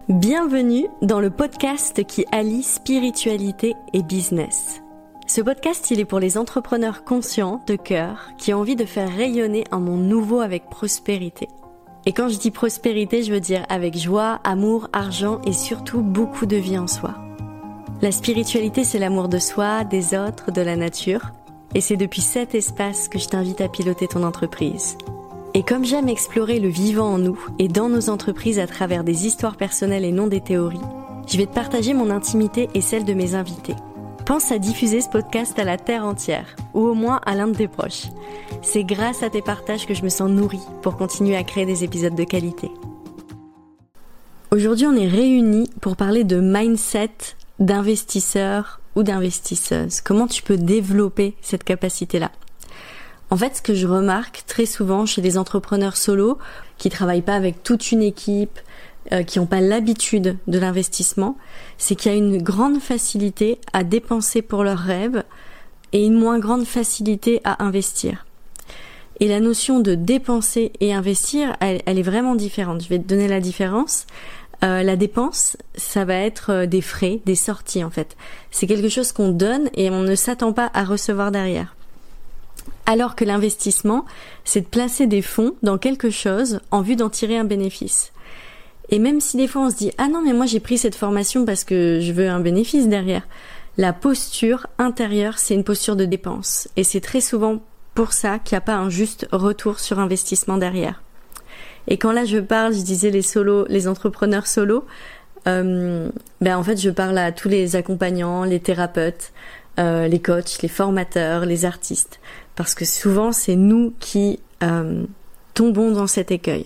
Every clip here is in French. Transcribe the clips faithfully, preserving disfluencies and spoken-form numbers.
Bienvenue dans le podcast qui allie spiritualité et business. Ce podcast, il est pour les entrepreneurs conscients, de cœur, qui ont envie de faire rayonner un monde nouveau avec prospérité. Et quand je dis prospérité, je veux dire avec joie, amour, argent et surtout beaucoup de vie en soi. La spiritualité, c'est l'amour de soi, des autres, de la nature. Et c'est depuis cet espace que je t'invite à piloter ton entreprise. Et comme j'aime explorer le vivant en nous et dans nos entreprises à travers des histoires personnelles et non des théories, je vais te partager mon intimité et celle de mes invités. Pense à diffuser ce podcast à la terre entière, ou au moins à l'un de tes proches. C'est grâce à tes partages que je me sens nourrie pour continuer à créer des épisodes de qualité. Aujourd'hui, on est réunis pour parler de mindset d'investisseur ou d'investisseuse. Comment tu peux développer cette capacité-là ? En fait, ce que je remarque très souvent chez les entrepreneurs solos qui travaillent pas avec toute une équipe, euh, qui n'ont pas l'habitude de l'investissement, c'est qu'il y a une grande facilité à dépenser pour leurs rêves et une moins grande facilité à investir. Et la notion de dépenser et investir, elle, elle est vraiment différente. Je vais te donner la différence. Euh, la dépense, ça va être des frais, des sorties en fait. C'est quelque chose qu'on donne et on ne s'attend pas à recevoir derrière. Alors que l'investissement, c'est de placer des fonds dans quelque chose en vue d'en tirer un bénéfice. Et même si des fois on se dit « Ah non, mais moi j'ai pris cette formation parce que je veux un bénéfice derrière », la posture intérieure, c'est une posture de dépense. Et c'est très souvent pour ça qu'il n'y a pas un juste retour sur investissement derrière. Et quand là je parle, je disais les solos, les entrepreneurs solos, euh, ben en fait je parle à tous les accompagnants, les thérapeutes, euh, les coachs, les formateurs, les artistes. Parce que souvent, c'est nous qui euh, tombons dans cet écueil.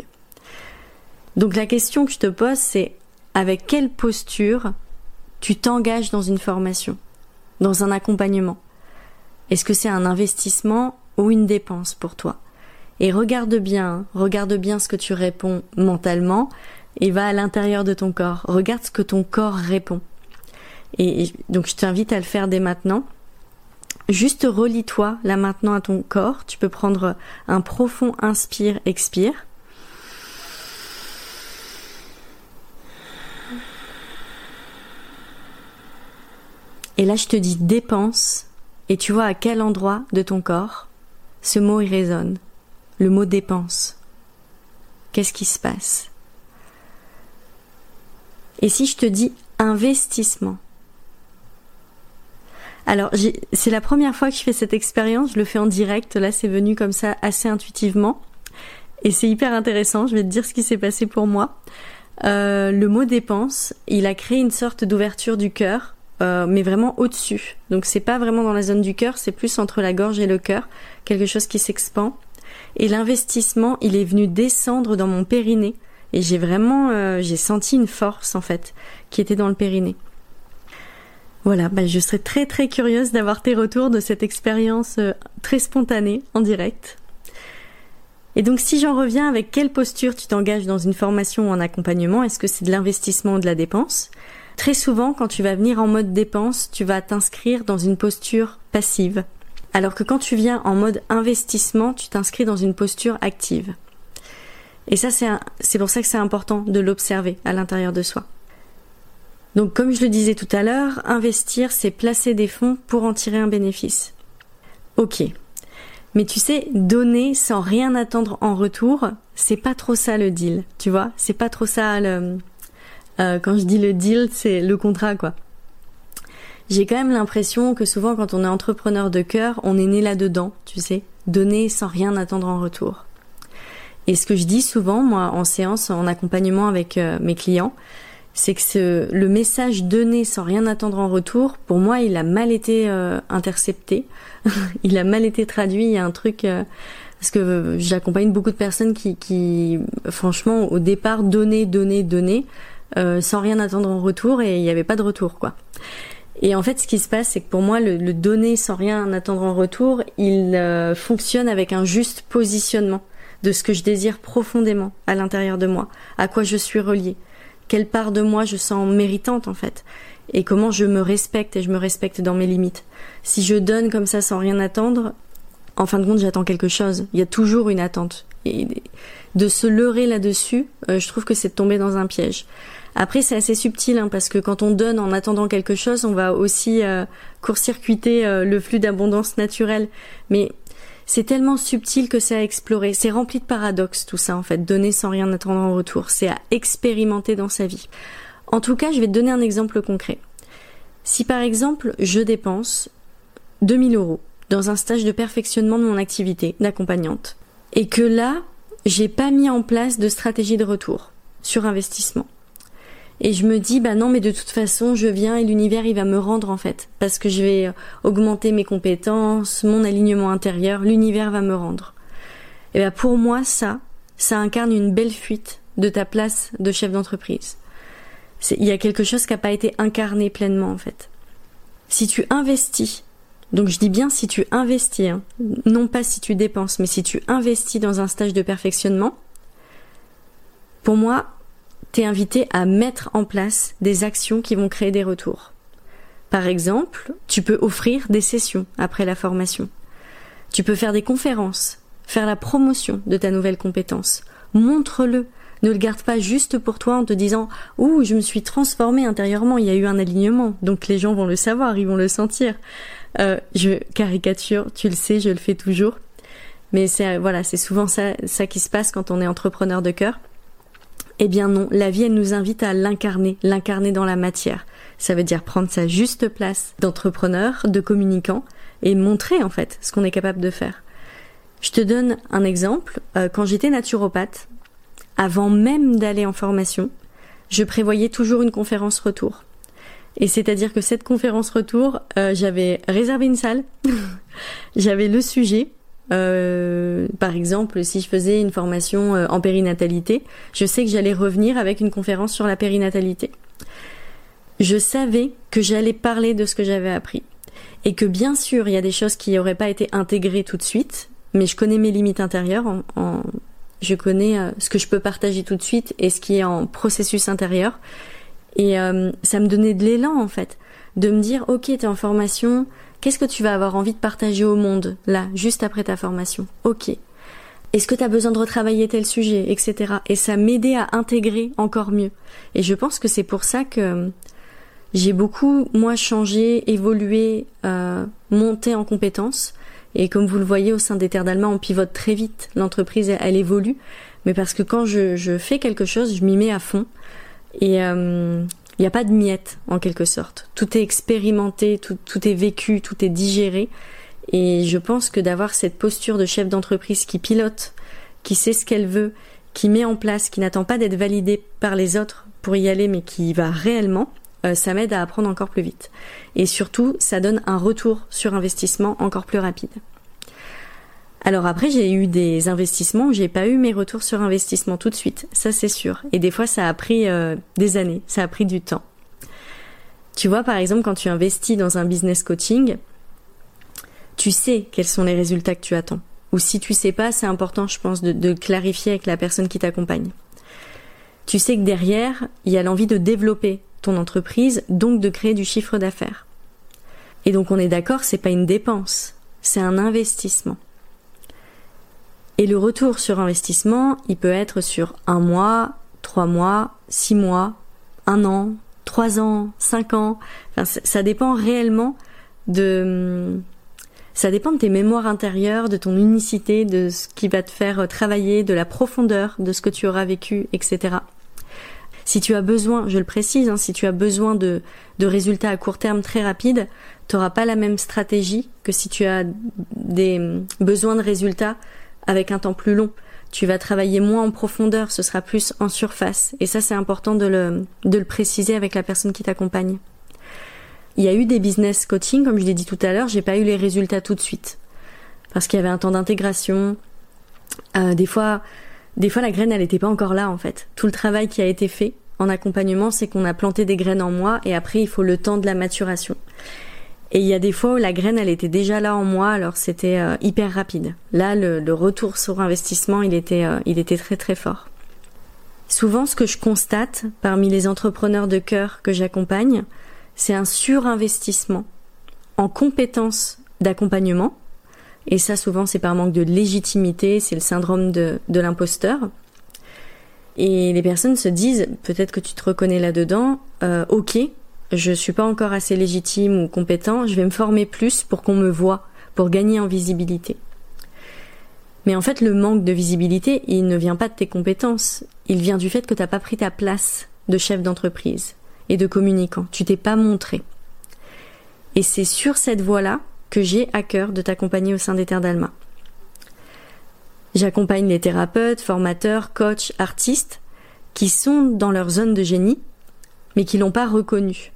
Donc la question que je te pose, c'est avec quelle posture tu t'engages dans une formation, dans un accompagnement ? Est-ce que c'est un investissement ou une dépense pour toi ? Et regarde bien, regarde bien ce que tu réponds mentalement et va à l'intérieur de ton corps. Regarde ce que ton corps répond. Et, et donc je t'invite à le faire dès maintenant. Juste relie-toi là maintenant à ton corps. Tu peux prendre un profond inspire, expire. Et là, je te dis dépense. Et tu vois à quel endroit de ton corps ce mot il résonne. Le mot dépense. Qu'est-ce qui se passe ? Et si je te dis investissement ? Alors, j'ai, c'est la première fois que je fais cette expérience, je le fais en direct, là c'est venu comme ça assez intuitivement, et c'est hyper intéressant, je vais te dire ce qui s'est passé pour moi. Euh, le mot dépense, il a créé une sorte d'ouverture du cœur, euh, mais vraiment au-dessus, donc c'est pas vraiment dans la zone du cœur, c'est plus entre la gorge et le cœur, quelque chose qui s'expand, et l'investissement, il est venu descendre dans mon périnée, et j'ai vraiment, euh, j'ai senti une force en fait, qui était dans le périnée. Voilà, bah je serais très très curieuse d'avoir tes retours de cette expérience euh, très spontanée en direct. Et donc si j'en reviens, avec quelle posture tu t'engages dans une formation ou en accompagnement ? Est-ce que c'est de l'investissement ou de la dépense ? Très souvent, quand tu vas venir en mode dépense, tu vas t'inscrire dans une posture passive. Alors que quand tu viens en mode investissement, tu t'inscris dans une posture active. Et ça, c'est, un, c'est pour ça que c'est important de l'observer à l'intérieur de soi. Donc comme je le disais tout à l'heure, investir, c'est placer des fonds pour en tirer un bénéfice. Ok. Mais tu sais, donner sans rien attendre en retour, c'est pas trop ça le deal, tu vois ? C'est pas trop ça le... Euh, quand je dis le deal, c'est le contrat, quoi. J'ai quand même l'impression que souvent quand on est entrepreneur de cœur, on est né là-dedans, tu sais ? Donner sans rien attendre en retour. Et ce que je dis souvent, moi, en séance, en accompagnement avec euh, mes clients, c'est que ce, le message donné sans rien attendre en retour, pour moi, il a mal été euh, intercepté, il a mal été traduit. Il y a un truc, euh, parce que j'accompagne beaucoup de personnes qui, qui franchement, au départ, donnaient, donnaient, donnaient, euh, sans rien attendre en retour, et il n'y avait pas de retour, quoi. Et en fait, ce qui se passe, c'est que pour moi, le, le donner sans rien attendre en retour, il euh, fonctionne avec un juste positionnement de ce que je désire profondément à l'intérieur de moi, à quoi je suis reliée. Quelle part de moi je sens méritante en fait, et comment je me respecte et je me respecte dans mes limites. Si je donne comme ça sans rien attendre, en fin de compte j'attends quelque chose, il y a toujours une attente. et de se leurrer là-dessus, euh, je trouve que c'est de tomber dans un piège. Après, c'est assez subtil, hein, parce que quand on donne en attendant quelque chose, on va aussi euh, court-circuiter euh, le flux d'abondance naturelle. Mais c'est tellement subtil que c'est à explorer. C'est rempli de paradoxes, tout ça, en fait. Donner sans rien attendre en retour. C'est à expérimenter dans sa vie. En tout cas, je vais te donner un exemple concret. Si par exemple, je dépense deux mille euros dans un stage de perfectionnement de mon activité d'accompagnante, et que là, j'ai pas mis en place de stratégie de retour sur investissement. Et je me dis, bah non, mais de toute façon, je viens et l'univers, il va me rendre, en fait. Parce que je vais augmenter mes compétences, mon alignement intérieur, l'univers va me rendre. Et bah pour moi, ça, ça incarne une belle fuite de ta place de chef d'entreprise. C'est, il y a quelque chose qui n'a pas été incarné pleinement, en fait. Si tu investis, donc je dis bien si tu investis, hein, non pas si tu dépenses, mais si tu investis dans un stage de perfectionnement, pour moi, t'es invité à mettre en place des actions qui vont créer des retours. Par exemple, tu peux offrir des sessions après la formation. Tu peux faire des conférences, faire la promotion de ta nouvelle compétence. Montre-le. Ne le garde pas juste pour toi en te disant « Ouh, je me suis transformée intérieurement, il y a eu un alignement. » Donc les gens vont le savoir, ils vont le sentir. Euh, je caricature, tu le sais, je le fais toujours. Mais c'est, voilà, c'est souvent ça, ça qui se passe quand on est entrepreneur de cœur. Eh bien non, la vie, elle nous invite à l'incarner, l'incarner dans la matière. Ça veut dire prendre sa juste place d'entrepreneur, de communicant, et montrer en fait ce qu'on est capable de faire. Je te donne un exemple. Euh, quand j'étais naturopathe, avant même d'aller en formation, je prévoyais toujours une conférence retour. Et c'est-à-dire que cette conférence retour, euh, j'avais réservé une salle, j'avais le sujet. Euh, par exemple, si je faisais une formation euh, en périnatalité, je sais que j'allais revenir avec une conférence sur la périnatalité. Je savais que j'allais parler de ce que j'avais appris. Et que bien sûr, il y a des choses qui n'auraient pas été intégrées tout de suite, mais je connais mes limites intérieures, en, en, je connais euh, ce que je peux partager tout de suite et ce qui est en processus intérieur. Et euh, ça me donnait de l'élan, en fait, de me dire, ok, t'es en formation, qu'est-ce que tu vas avoir envie de partager au monde, là, juste après ta formation? Ok. Est-ce que tu as besoin de retravailler tel sujet, et cetera. Et ça m'aidait à intégrer encore mieux. Et je pense que c'est pour ça que j'ai beaucoup, moi, changé, évolué, euh, monté en compétences. Et comme vous le voyez, au sein des Terres d'Alma, on pivote très vite. L'entreprise, elle, elle évolue. Mais parce que quand je, je fais quelque chose, je m'y mets à fond. Et... Euh, il n'y a pas de miettes, en quelque sorte. Tout est expérimenté, tout, tout est vécu, tout est digéré. Et je pense que d'avoir cette posture de chef d'entreprise qui pilote, qui sait ce qu'elle veut, qui met en place, qui n'attend pas d'être validée par les autres pour y aller, mais qui y va réellement, euh, ça m'aide à apprendre encore plus vite. Et surtout, ça donne un retour sur investissement encore plus rapide. Alors après, j'ai eu des investissements où j'ai pas eu mes retours sur investissement tout de suite, ça c'est sûr. Et des fois, ça a pris euh, des années, ça a pris du temps. Tu vois, par exemple, quand tu investis dans un business coaching, tu sais quels sont les résultats que tu attends. Ou si tu sais pas, c'est important, je pense, de, de clarifier avec la personne qui t'accompagne. Tu sais que derrière, il y a l'envie de développer ton entreprise, donc de créer du chiffre d'affaires. Et donc on est d'accord, c'est pas une dépense, c'est un investissement. Et le retour sur investissement, il peut être sur un mois, trois mois, six mois, un an, trois ans, cinq ans. Enfin, ça dépend réellement de, ça dépend de tes mémoires intérieures, de ton unicité, de ce qui va te faire travailler, de la profondeur de ce que tu auras vécu, et cetera. Si tu as besoin, je le précise, hein, si tu as besoin de, de résultats à court terme très rapides, tu n'auras pas la même stratégie que si tu as des besoins de résultats avec un temps plus long. Tu vas travailler moins en profondeur, ce sera plus en surface. Et ça, c'est important de le, de le préciser avec la personne qui t'accompagne. Il y a eu des business coaching, comme je l'ai dit tout à l'heure, j'ai pas eu les résultats tout de suite. Parce qu'il y avait un temps d'intégration. Euh, des fois, des fois, la graine, elle était pas encore là, en fait. Tout le travail qui a été fait en accompagnement, c'est qu'on a planté des graines en moi et après, il faut le temps de la maturation. Et il y a des fois où la graine, elle était déjà là en moi, alors c'était euh, hyper rapide. Là, le, le retour sur investissement, il était, euh, il était très très fort. Souvent, ce que je constate parmi les entrepreneurs de cœur que j'accompagne, c'est un surinvestissement en compétences d'accompagnement Et ça, souvent, c'est par manque de légitimité, c'est le syndrome de, de l'imposteur. Et les personnes se disent, peut-être que tu te reconnais là-dedans, euh, ok, je suis pas encore assez légitime ou compétent, je vais me former plus pour qu'on me voie, pour gagner en visibilité. Mais en fait, le manque de visibilité, il ne vient pas de tes compétences, il vient du fait que t'as pas pris ta place de chef d'entreprise et de communicant, tu t'es pas montré. Et c'est sur cette voie-là que j'ai à cœur de t'accompagner au sein d'Ether d'Alma. J'accompagne les thérapeutes, formateurs, coachs, artistes qui sont dans leur zone de génie, mais qui l'ont pas reconnu.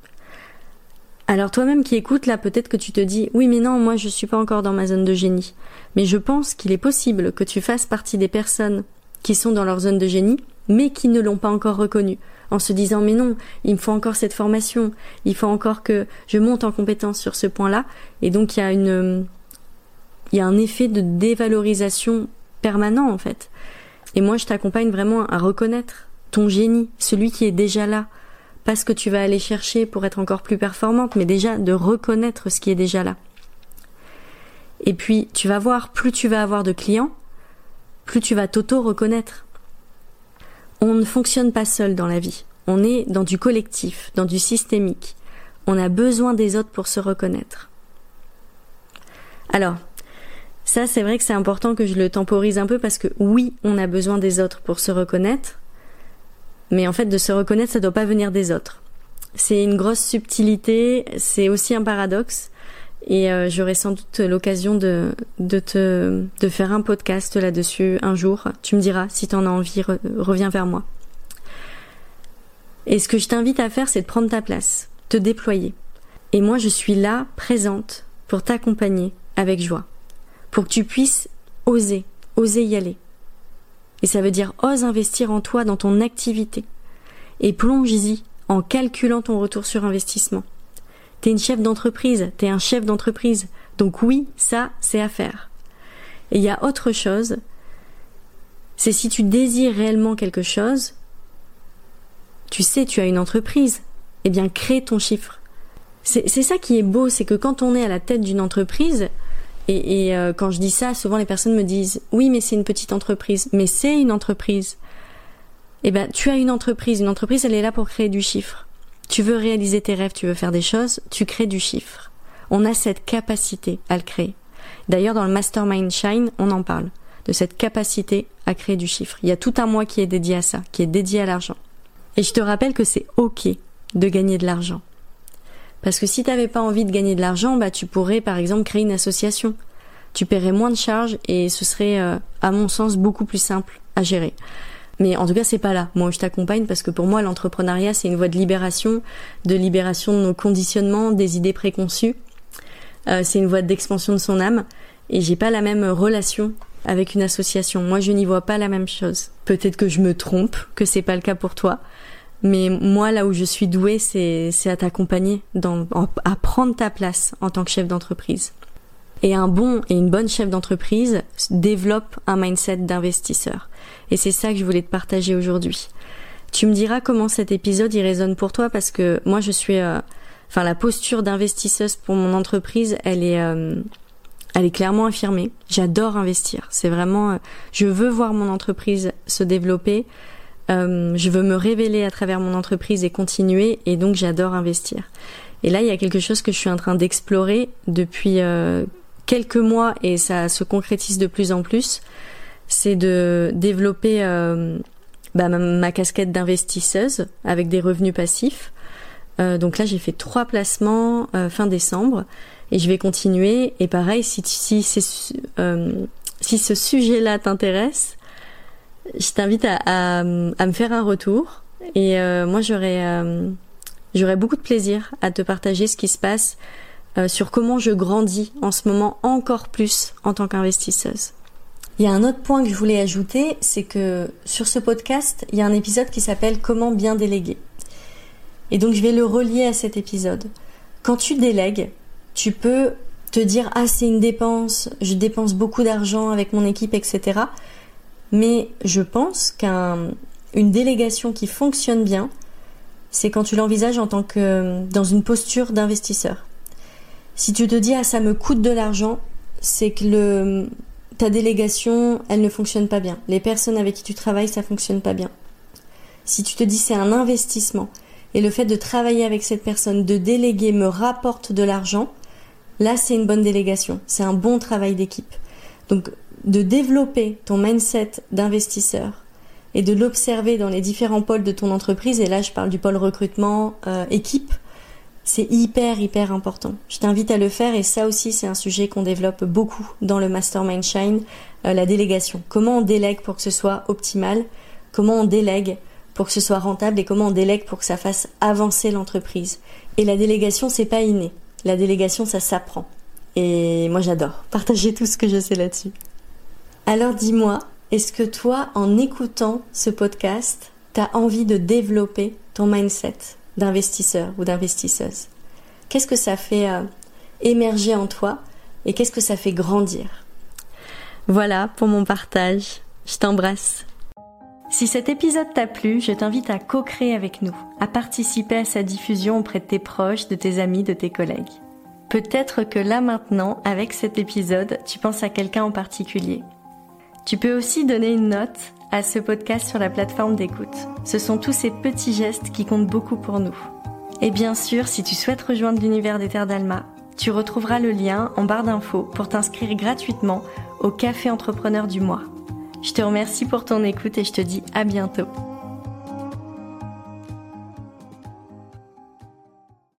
Alors toi-même qui écoutes là, peut-être que tu te dis « Oui mais non, moi je suis pas encore dans ma zone de génie ». Mais je pense qu'il est possible que tu fasses partie des personnes qui sont dans leur zone de génie, mais qui ne l'ont pas encore reconnu, en se disant « Mais non, il me faut encore cette formation, il faut encore que je monte en compétence sur ce point-là ». Et donc il y a une, il y a un effet de dévalorisation permanent en fait. Et moi je t'accompagne vraiment à reconnaître ton génie, celui qui est déjà là. Pas ce que tu vas aller chercher pour être encore plus performante, mais déjà de reconnaître ce qui est déjà là. Et puis, tu vas voir, plus tu vas avoir de clients, plus tu vas t'auto-reconnaître. On ne fonctionne pas seul dans la vie. On est dans du collectif, dans du systémique. On a besoin des autres pour se reconnaître. Alors, ça, c'est vrai que c'est important que je le temporise un peu parce que oui, on a besoin des autres pour se reconnaître. Mais en fait, de se reconnaître, ça doit pas venir des autres. C'est une grosse subtilité, c'est aussi un paradoxe. Et euh, j'aurai sans doute l'occasion de, de te de faire un podcast là-dessus un jour. Tu me diras, si t'en as envie, re, reviens vers moi. Et ce que je t'invite à faire, c'est de prendre ta place, te déployer. Et moi, je suis là, présente, pour t'accompagner avec joie. Pour que tu puisses oser, oser y aller. Et ça veut dire ose investir en toi, dans ton activité. Et plonge-y en calculant ton retour sur investissement. T'es une chef d'entreprise, t'es un chef d'entreprise. Donc oui, ça, c'est à faire. Et il y a autre chose, c'est si tu désires réellement quelque chose, tu sais, tu as une entreprise, eh bien crée ton chiffre. C'est, c'est ça qui est beau, c'est que quand on est à la tête d'une entreprise, Et, et euh, quand je dis ça, souvent les personnes me disent « Oui, mais c'est une petite entreprise. » Mais c'est une entreprise. Eh ben, tu as une entreprise. Une entreprise, elle est là pour créer du chiffre. Tu veux réaliser tes rêves, tu veux faire des choses, tu crées du chiffre. On a cette capacité à le créer. D'ailleurs, dans le Mastermind Shine, on en parle, de cette capacité à créer du chiffre. Il y a tout un mois qui est dédié à ça, qui est dédié à l'argent. Et je te rappelle que c'est OK de gagner de l'argent. Parce que si tu n'avais pas envie de gagner de l'argent, bah tu pourrais par exemple créer une association. Tu paierais moins de charges et ce serait, euh, à mon sens, beaucoup plus simple à gérer. Mais en tout cas, c'est pas là. Moi, je t'accompagne parce que pour moi, l'entrepreneuriat, c'est une voie de libération, de libération de nos conditionnements, des idées préconçues. Euh, c'est une voie d'expansion de son âme. Et j'ai pas la même relation avec une association. Moi, je n'y vois pas la même chose. Peut-être que je me trompe, que c'est pas le cas pour toi. Mais moi, là où je suis douée, c'est, c'est à t'accompagner, dans, à prendre ta place en tant que chef d'entreprise. Et un bon et une bonne chef d'entreprise développe un mindset d'investisseur. Et c'est ça que je voulais te partager aujourd'hui. Tu me diras comment cet épisode y résonne pour toi parce que moi, je suis, euh, enfin, la posture d'investisseuse pour mon entreprise, elle est, euh, elle est clairement affirmée. J'adore investir. C'est vraiment, euh, je veux voir mon entreprise se développer. Euh, je veux me révéler à travers mon entreprise et continuer, et donc j'adore investir. Et là, il y a quelque chose que je suis en train d'explorer depuis euh, quelques mois, et ça se concrétise de plus en plus, c'est de développer euh, bah, ma, ma casquette d'investisseuse avec des revenus passifs. Euh, donc là, j'ai fait trois placements euh, fin décembre, et je vais continuer. Et pareil, si, si, c'est, euh, si ce sujet-là t'intéresse, je t'invite à, à, à me faire un retour et euh, moi j'aurais euh, j'aurais beaucoup de plaisir à te partager ce qui se passe euh, sur comment je grandis en ce moment encore plus en tant qu'investisseuse. Il y a un autre point que je voulais ajouter, c'est que sur ce podcast, il y a un épisode qui s'appelle « Comment bien déléguer ». Et donc je vais le relier à cet épisode. Quand tu délègues, tu peux te dire « Ah, c'est une dépense, je dépense beaucoup d'argent avec mon équipe, et cetera » Mais je pense qu'une délégation qui fonctionne bien, c'est quand tu l'envisages en tant que dans une posture d'investisseur. Si tu te dis « Ah, ça me coûte de l'argent, c'est que le, ta délégation, elle ne fonctionne pas bien. Les personnes avec qui tu travailles, ça fonctionne pas bien. Si tu te dis c'est un investissement et le fait de travailler avec cette personne, de déléguer me rapporte de l'argent, là c'est une bonne délégation, c'est un bon travail d'équipe. Donc de développer ton mindset d'investisseur et de l'observer dans les différents pôles de ton entreprise, et là je parle du pôle recrutement, euh, équipe, c'est hyper hyper important. Je t'invite à le faire, et ça aussi c'est un sujet qu'on développe beaucoup dans le Mastermind Shine, euh, la délégation. Comment on délègue pour que ce soit optimal, comment on délègue pour que ce soit rentable et comment on délègue pour que ça fasse avancer l'entreprise. Et la délégation, c'est pas inné. La délégation, ça s'apprend. Et moi, j'adore partager tout ce que je sais là-dessus. Alors dis-moi, est-ce que toi, en écoutant ce podcast, t'as envie de développer ton mindset d'investisseur ou d'investisseuse? Qu'est-ce que ça fait euh, émerger en toi et qu'est-ce que ça fait grandir? Voilà pour mon partage. Je t'embrasse. Si cet épisode t'a plu, je t'invite à co-créer avec nous, à participer à sa diffusion auprès de tes proches, de tes amis, de tes collègues. Peut-être que là maintenant, avec cet épisode, tu penses à quelqu'un en particulier. Tu peux aussi donner une note à ce podcast sur la plateforme d'écoute. Ce sont tous ces petits gestes qui comptent beaucoup pour nous. Et bien sûr, si tu souhaites rejoindre l'univers des Terres d'Alma, tu retrouveras le lien en barre d'infos pour t'inscrire gratuitement au Café Entrepreneur du mois. Je te remercie pour ton écoute et je te dis à bientôt.